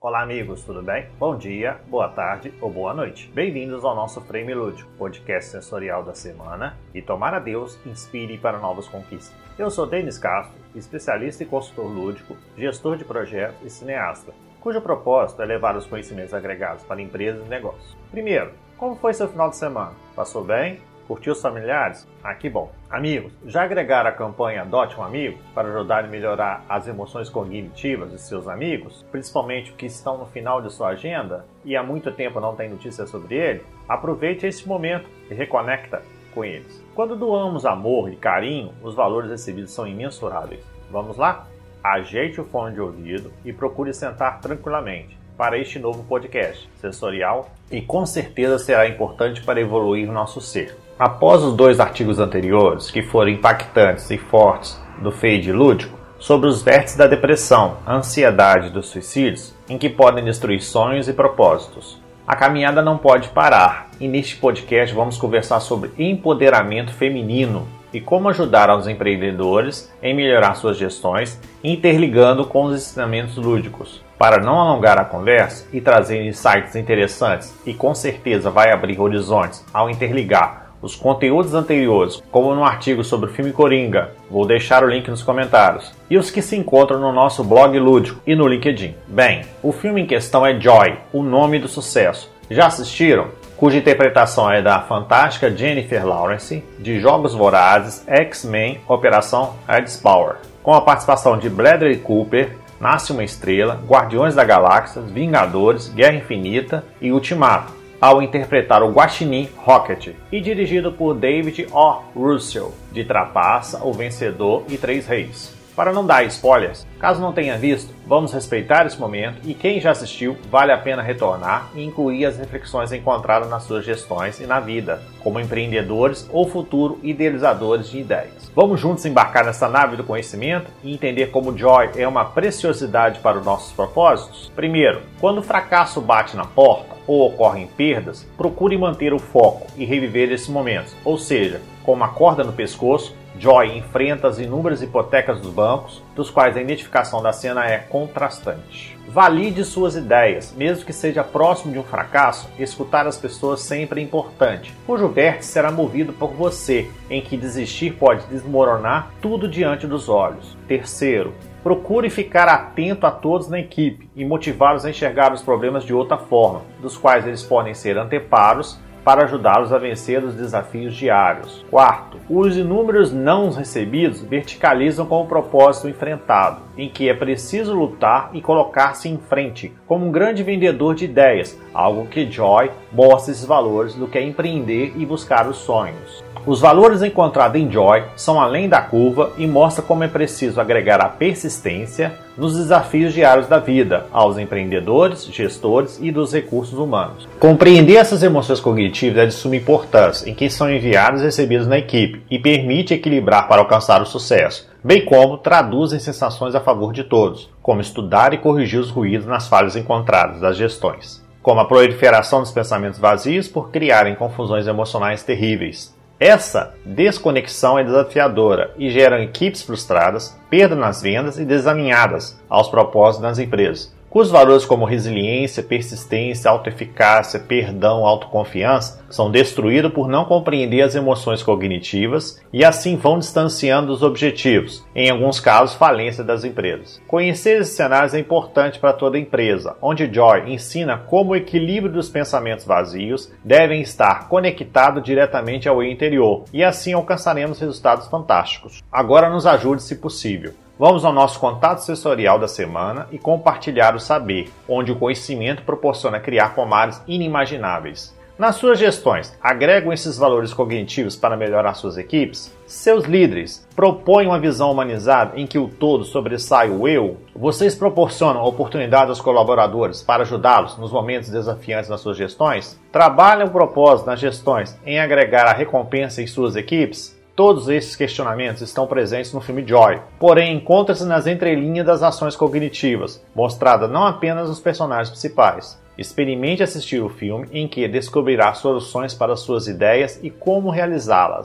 Olá amigos, tudo bem? Bom dia, boa tarde ou boa noite. Bem-vindos ao nosso Frame Lúdico, podcast sensorial da semana e tomara Deus inspire para novas conquistas. Eu sou Denis Castro, especialista e consultor lúdico, gestor de projetos e cineasta, cujo propósito é levar os conhecimentos agregados para empresas e negócios. Primeiro, como foi seu final de semana? Passou bem? Curtiu os familiares? Ah, que bom! Amigos, já agregaram a campanha Adote um Amigo para ajudar a melhorar as emoções cognitivas de seus amigos, principalmente os que estão no final de sua agenda e há muito tempo não tem notícias sobre ele? Aproveite esse momento e reconecta com eles. Quando doamos amor e carinho, os valores recebidos são imensuráveis. Vamos lá? Ajeite o fone de ouvido e procure sentar tranquilamente para este novo podcast sensorial e com certeza será importante para evoluir o nosso ser. Após os dois artigos anteriores, que foram impactantes e fortes do Fade Lúdico, sobre os vértices da depressão, a ansiedade e dos suicídios, em que podem destruir sonhos e propósitos, a caminhada não pode parar, e neste podcast vamos conversar sobre empoderamento feminino e como ajudar aos empreendedores em melhorar suas gestões, interligando com os ensinamentos lúdicos. Para não alongar a conversa e trazer insights interessantes e com certeza vai abrir horizontes ao interligar os conteúdos anteriores, como no artigo sobre o filme Coringa, vou deixar o link nos comentários, e os que se encontram no nosso blog lúdico e no LinkedIn. Bem, o filme em questão é Joy, o nome do sucesso. Já assistiram? Cuja interpretação é da fantástica Jennifer Lawrence, de Jogos Vorazes, X-Men, Operação Edspower, com a participação de Bradley Cooper, Nasce uma Estrela, Guardiões da Galáxia, Vingadores, Guerra Infinita e Ultimato, ao interpretar o Guaxinim Rocket, e dirigido por David O. Russell, de Trapaça, O Vencedor e Três Reis. Para não dar spoilers, caso não tenha visto, vamos respeitar esse momento e quem já assistiu, vale a pena retornar e incluir as reflexões encontradas nas suas gestões e na vida, como empreendedores ou futuro idealizadores de ideias. Vamos juntos embarcar nessa nave do conhecimento e entender como Joy é uma preciosidade para os nossos propósitos? Primeiro, quando o fracasso bate na porta ou ocorrem perdas, procure manter o foco e reviver esses momentos, ou seja, com uma corda no pescoço, Joy enfrenta as inúmeras hipotecas dos bancos, dos quais a identificação da cena é contrastante. Valide suas ideias, mesmo que seja próximo de um fracasso, escutar as pessoas sempre é importante, cujo vértice será movido por você, em que desistir pode desmoronar tudo diante dos olhos. Terceiro, procure ficar atento a todos na equipe e motivá-los a enxergar os problemas de outra forma, dos quais eles podem ser anteparos para ajudá-los a vencer os desafios diários. Quarto, os inúmeros nãos recebidos verticalizam com o propósito enfrentado, em que é preciso lutar e colocar-se em frente, como um grande vendedor de ideias, algo que Joy mostra esses valores do que é empreender e buscar os sonhos. Os valores encontrados em Joy são além da curva e mostram como é preciso agregar a persistência nos desafios diários da vida, aos empreendedores, gestores e dos recursos humanos. Compreender essas emoções cognitivas é de suma importância em que são enviados e recebidos na equipe e permite equilibrar para alcançar o sucesso, bem como traduzem sensações a favor de todos, como estudar e corrigir os ruídos nas falhas encontradas das gestões, como a proliferação dos pensamentos vazios por criarem confusões emocionais terríveis. Essa desconexão é desafiadora e gera equipes frustradas, perda nas vendas e desalinhadas aos propósitos das empresas, cujos valores como resiliência, persistência, autoeficácia, perdão, autoconfiança são destruídos por não compreender as emoções cognitivas e assim vão distanciando dos objetivos, em alguns casos falência das empresas. Conhecer esses cenários é importante para toda empresa, onde Joy ensina como o equilíbrio dos pensamentos vazios devem estar conectado diretamente ao eu interior e assim alcançaremos resultados fantásticos. Agora nos ajude se possível. Vamos ao nosso contato sensorial da semana e compartilhar o saber, onde o conhecimento proporciona criar pomares inimagináveis. Nas suas gestões, agregam esses valores cognitivos para melhorar suas equipes? Seus líderes propõem uma visão humanizada em que o todo sobressai o eu? Vocês proporcionam oportunidade aos colaboradores para ajudá-los nos momentos desafiantes nas suas gestões? Trabalham o propósito nas gestões em agregar a recompensa em suas equipes? Todos esses questionamentos estão presentes no filme Joy, porém encontram-se nas entrelinhas das ações cognitivas, mostradas não apenas nos personagens principais. Experimente assistir o filme em que descobrirá soluções para suas ideias e como realizá-las.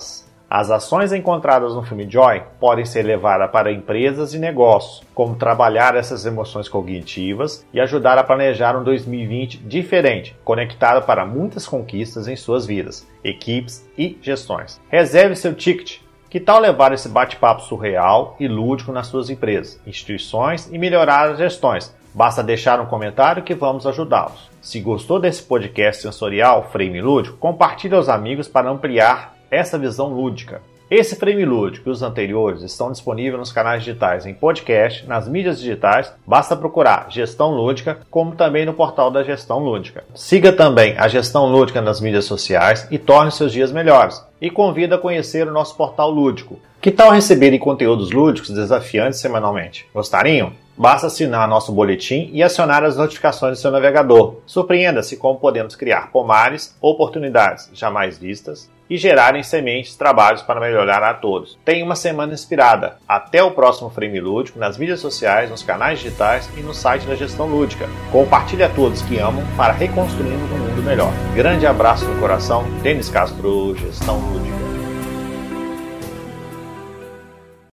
As ações encontradas no filme Joy podem ser levadas para empresas e negócios, como trabalhar essas emoções cognitivas e ajudar a planejar um 2020 diferente, conectado para muitas conquistas em suas vidas, equipes e gestões. Reserve seu ticket. Que tal levar esse bate-papo surreal e lúdico nas suas empresas, instituições e melhorar as gestões? Basta deixar um comentário que vamos ajudá-los. Se gostou desse podcast sensorial Frame Lúdico, compartilhe aos amigos para ampliar essa visão lúdica. Esse Frame Lúdico e os anteriores estão disponíveis nos canais digitais em podcast, nas mídias digitais, basta procurar Gestão Lúdica, como também no portal da Gestão Lúdica. Siga também a Gestão Lúdica nas mídias sociais e torne seus dias melhores. E convido a conhecer o nosso portal lúdico. Que tal receberem conteúdos lúdicos desafiantes semanalmente? Gostariam? Basta assinar nosso boletim e acionar as notificações do seu navegador. Surpreenda-se como podemos criar pomares, oportunidades jamais vistas e gerarem sementes, trabalhos para melhorar a todos. Tenha uma semana inspirada. Até o próximo Frame Lúdico nas mídias sociais, nos canais digitais e no site da Gestão Lúdica. Compartilhe a todos que amam para reconstruirmos um mundo melhor. Grande abraço no coração. Denis Castro, Gestão Lúdica.